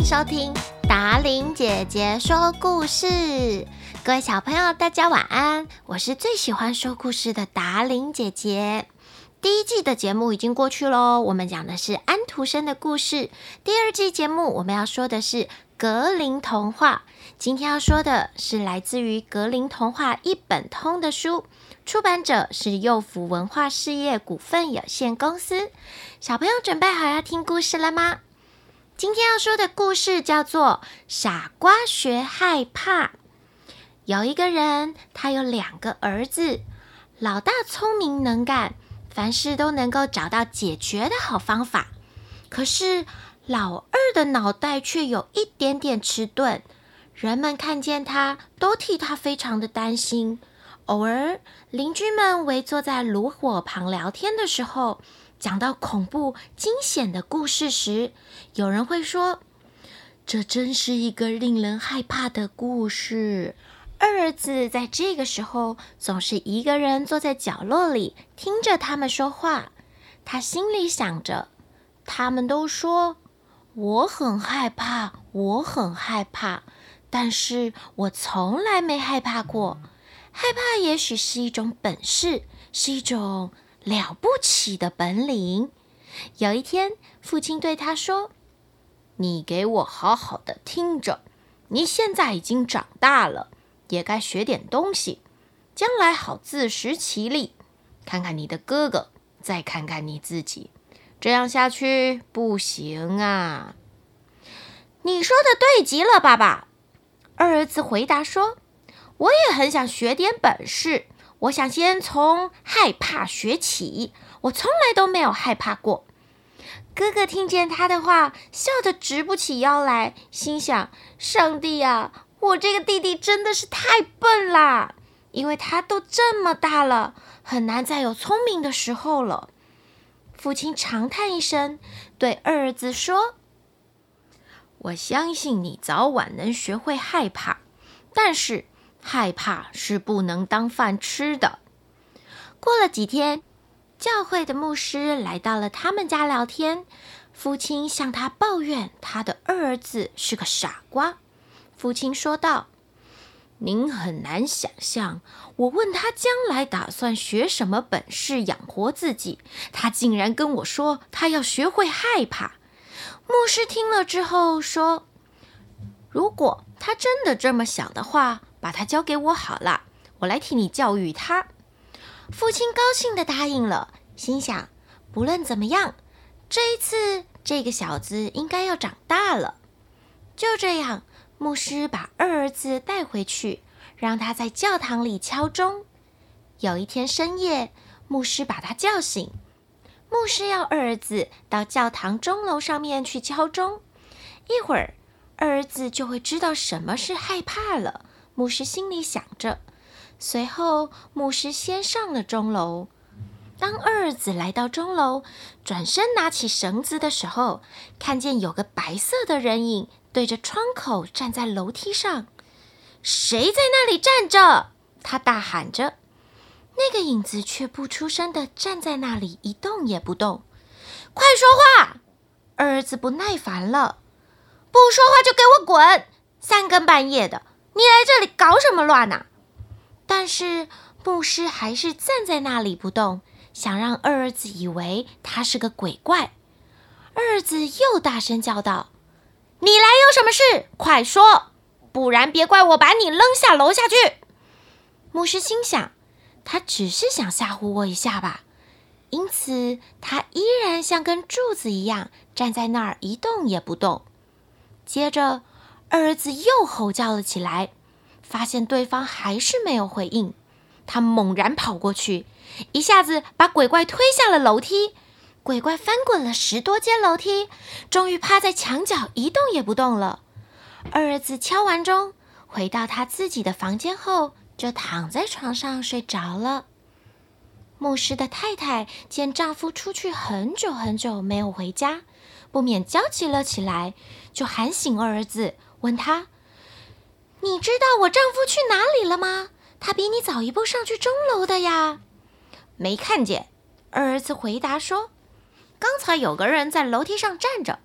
收听达伶姐姐说故事。各位小朋友，大家晚安，我是最喜欢说故事的达伶姐姐。第一季的节目已经过去咯，我们讲的是安徒生的故事。第二季节目我们要说的是格林童话。今天要说的是来自于格林童话一本通的书，出版者是幼福文化事业股份有限公司。小朋友准备好要听故事了吗？今天要说的故事叫做傻瓜学害怕。有一个人，他有2个儿子，老大聪明能干，凡事都能够找到解决的好方法。可是老二的脑袋却有一点点迟钝，人们看见他都替他非常的担心。偶尔邻居们围坐在炉火旁聊天的时候，讲到恐怖惊险的故事时，有人会说，这真是一个令人害怕的故事。二儿子在这个时候总是一个人坐在角落里，听着他们说话。他心里想着，他们都说我很害怕，我很害怕，但是我从来没害怕过。害怕也许是一种本事，是一种了不起的本领。有一天，父亲对他说，你给我好好的听着，你现在已经长大了，也该学点东西，将来好自食其力。看看你的哥哥，再看看你自己，这样下去不行啊。你说的对极了，爸爸。二儿子回答说，我也很想学点本事，我想先从害怕学起，我从来都没有害怕过。哥哥听见他的话，笑得直不起腰来，心想，上帝啊，我这个弟弟真的是太笨啦，因为他都这么大了，很难再有聪明的时候了。父亲长叹一声，对二儿子说，我相信你早晚能学会害怕，但是害怕是不能当饭吃的。过了几天，教会的牧师来到了他们家聊天，父亲向他抱怨他的二儿子是个傻瓜。父亲说道，您很难想象，我问他将来打算学什么本事养活自己，他竟然跟我说他要学会害怕。牧师听了之后说，如果他真的这么想的话，把他交给我好了，我来替你教育他。父亲高兴地答应了，心想，不论怎么样，这一次这个小子应该要长大了。就这样，牧师把二儿子带回去，让他在教堂里敲钟。有一天深夜，牧师把他叫醒。牧师要二儿子到教堂钟楼上面去敲钟，一会儿二儿子就会知道什么是害怕了。牧师心里想着。随后牧师先上了钟楼。当二儿子来到钟楼，转身拿起绳子的时候，看见有个白色的人影对着窗口站在楼梯上。谁在那里站着？他大喊着。那个影子却不出声地站在那里，一动也不动。快说话！二儿子不耐烦了。不说话就给我滚！3更半夜的，你来这里搞什么乱啊？但是牧师还是站在那里不动，想让二儿子以为他是个鬼怪。二儿子又大声叫道，你来有什么事？快说，不然别怪我把你扔下楼下去。牧师心想，他只是想吓唬我一下吧，因此他依然像根柱子一样站在那儿一动也不动。接着二儿子又吼叫了起来，发现对方还是没有回应，他猛然跑过去，一下子把鬼怪推下了楼梯。鬼怪翻滚了10多阶楼梯，终于趴在墙角一动也不动了。二儿子敲完钟，回到他自己的房间后，就躺在床上睡着了。牧师的太太见丈夫出去很久很久没有回家，不免焦急了起来，就喊醒二儿子，问他，你知道我丈夫去哪里了吗？他比你早一步上去钟楼的呀。没看见，二儿子回答说，刚才有个人在楼梯上站着，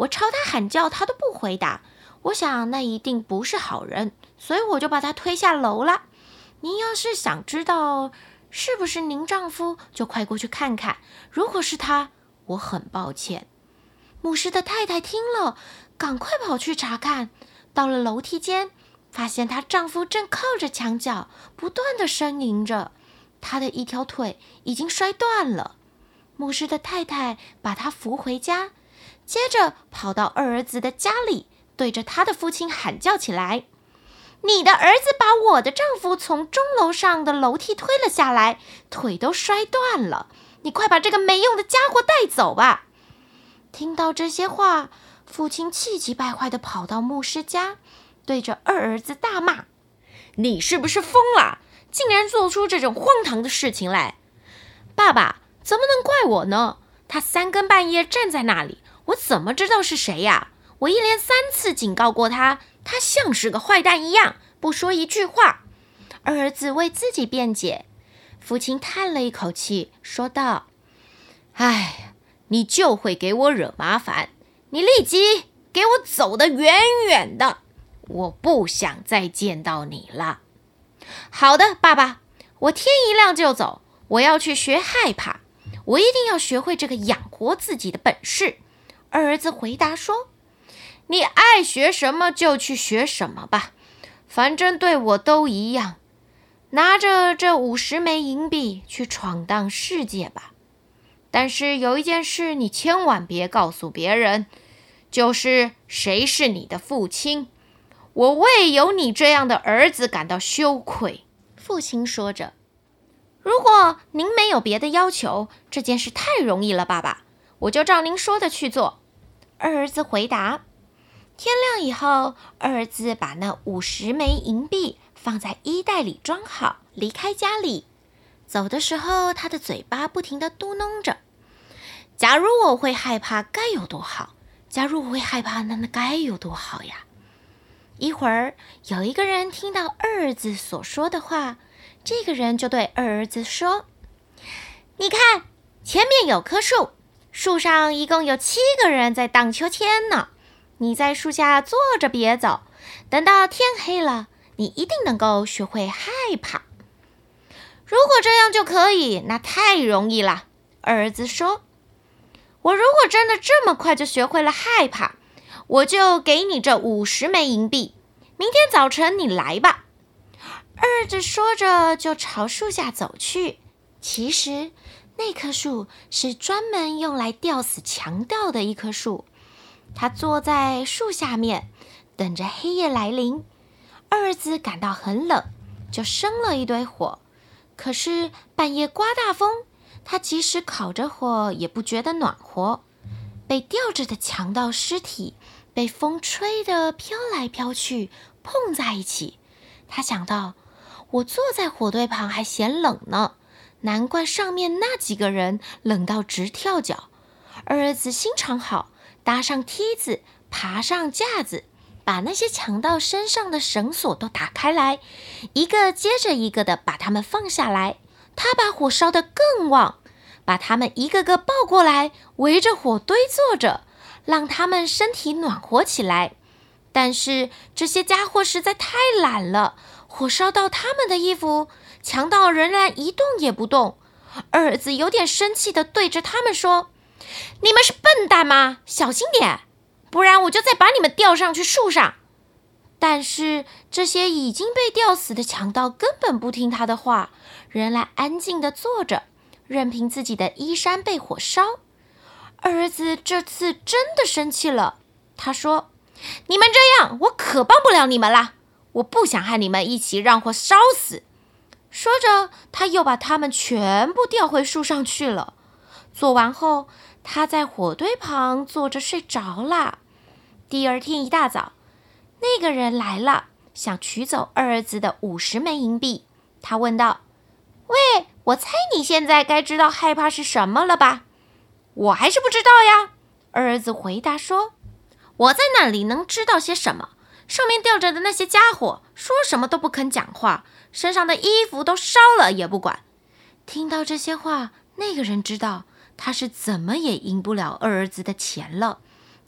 我朝他喊叫，他都不回答。我想那一定不是好人，所以我就把他推下楼了。您要是想知道是不是您丈夫，就快过去看看。如果是他，我很抱歉。”牧师的太太听了，赶快跑去查看。到了楼梯间，发现她丈夫正靠着墙角，不断地呻吟着。他的一条腿已经摔断了。牧师的太太把他扶回家，接着跑到二儿子的家里，对着他的父亲喊叫起来：“你的儿子把我的丈夫从钟楼上的楼梯推了下来，腿都摔断了。你快把这个没用的家伙带走吧！”听到这些话，父亲气急败坏地跑到牧师家，对着二儿子大骂：“你是不是疯了？竟然做出这种荒唐的事情来！爸爸，怎么能怪我呢？他3更半夜站在那里，我怎么知道是谁呀？我一连3次警告过他，他像是个坏蛋一样，不说一句话。”二儿子为自己辩解。父亲叹了一口气，说道：“哎，你就会给我惹麻烦，你立即给我走得远远的，我不想再见到你了。”“好的，爸爸，我天一亮就走，我要去学害怕，我一定要学会这个养活自己的本事。”二儿子回答说：“你爱学什么就去学什么吧，反正对我都一样。拿着这50枚银币去闯荡世界吧。但是有一件事你千万别告诉别人，就是谁是你的父亲。我为有你这样的儿子感到羞愧。”父亲说着：“如果您没有别的要求，这件事太容易了，爸爸，我就照您说的去做。”二儿子回答。天亮以后，二儿子把那50枚银币放在衣袋里装好，离开家里。走的时候，他的嘴巴不停地嘟哝着：“假如我会害怕，该有多好！假如我会害怕，那该有多好呀！”一会儿，有一个人听到二儿子所说的话，这个人就对二儿子说：“你看，前面有棵树，树上一共有7个人在荡秋千呢。你在树下坐着别走，等到天黑了，你一定能够学会害怕。”“如果这样就可以，那太容易了。”二儿子说。“我如果真的这么快就学会了害怕，我就给你这50枚银币，明天早晨你来吧。”二儿子说着就朝树下走去。其实那棵树是专门用来吊死强盗的一棵树。他坐在树下面，等着黑夜来临。二儿子感到很冷，就生了一堆火。可是半夜刮大风，他即使烤着火也不觉得暖和。被吊着的强盗尸体被风吹得飘来飘去，碰在一起。他想到，我坐在火堆旁还嫌冷呢，难怪上面那几个人冷到直跳脚。二儿子心肠好，搭上梯子，爬上架子，把那些强盗身上的绳索都打开来，一个接着一个的把他们放下来。他把火烧得更旺，把他们一个个抱过来，围着火堆坐着，让他们身体暖和起来。但是这些家伙实在太懒了，火烧到他们的衣服，强盗仍然一动也不动。二儿子有点生气地对着他们说：“你们是笨蛋吗？小心点，不然我就再把你们吊上去树上。”但是这些已经被吊死的强盗根本不听他的话，仍然安静地坐着，任凭自己的衣衫被火烧。二儿子这次真的生气了，他说：“你们这样，我可帮不了你们了。我不想和你们一起让火烧死。”说着，他又把他们全部吊回树上去了。做完后，他在火堆旁坐着睡着了。第二天一大早，那个人来了，想取走二儿子的50枚银币。他问道：“喂，我猜你现在该知道害怕是什么了吧？”“我还是不知道呀。”二儿子回答说。“我在那里能知道些什么？上面吊着的那些家伙说什么都不肯讲话，身上的衣服都烧了也不管。”听到这些话，那个人知道他是怎么也赢不了二儿子的钱了。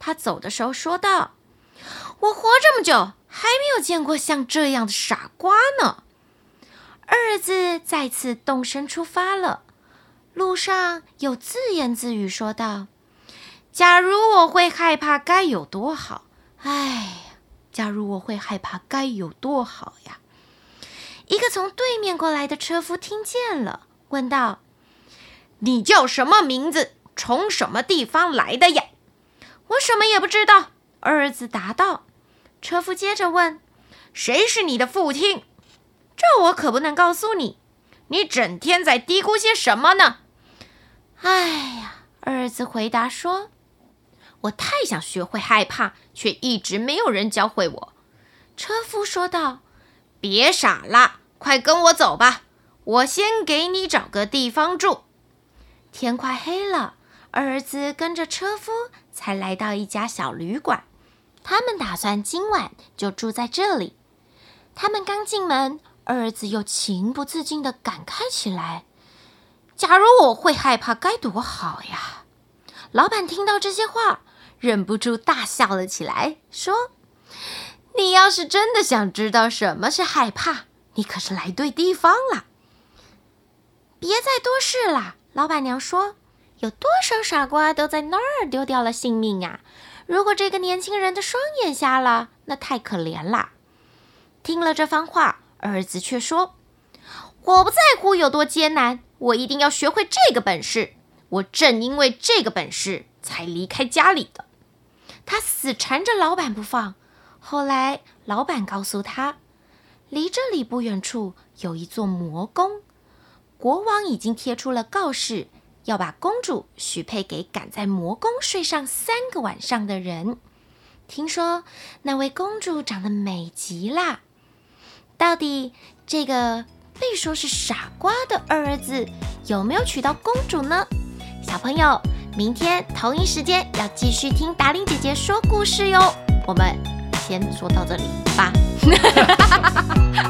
他走的时候说道：“我活这么久，还没有见过像这样的傻瓜呢。”二儿子再次动身出发了，路上又自言自语说道：“假如我会害怕，该有多好！哎呀，假如我会害怕，该有多好呀！”一个从对面过来的车夫听见了，问道：“你叫什么名字？从什么地方来的呀？”“我什么也不知道。”二儿子答道。车夫接着问：“谁是你的父亲？”“这我可不能告诉你。”“你整天在嘀咕些什么呢？”“哎呀！”儿子回答说，“我太想学会害怕，却一直没有人教会我。”车夫说道：“别傻了，快跟我走吧，我先给你找个地方住。”天快黑了，儿子跟着车夫才来到一家小旅馆，他们打算今晚就住在这里。他们刚进门，儿子又情不自禁地感慨起来：“假如我会害怕，该多好呀！”老板听到这些话，忍不住大笑了起来，说：“你要是真的想知道什么是害怕，你可是来对地方了。”“别再多事了。”老板娘说，“有多少傻瓜都在那儿丢掉了性命啊！如果这个年轻人的双眼瞎了，那太可怜了。”听了这番话，儿子却说：“我不在乎有多艰难，我一定要学会这个本事。我正因为这个本事才离开家里的。”他死缠着老板不放。后来老板告诉他，离这里不远处有一座魔宫，国王已经贴出了告示，要把公主许配给敢在魔宫睡上3个晚上的人。听说那位公主长得美极了。到底这个被说是傻瓜的二儿子有没有娶到公主呢？小朋友，明天同一时间要继续听达伶姐姐说故事哟。我们先说到这里吧。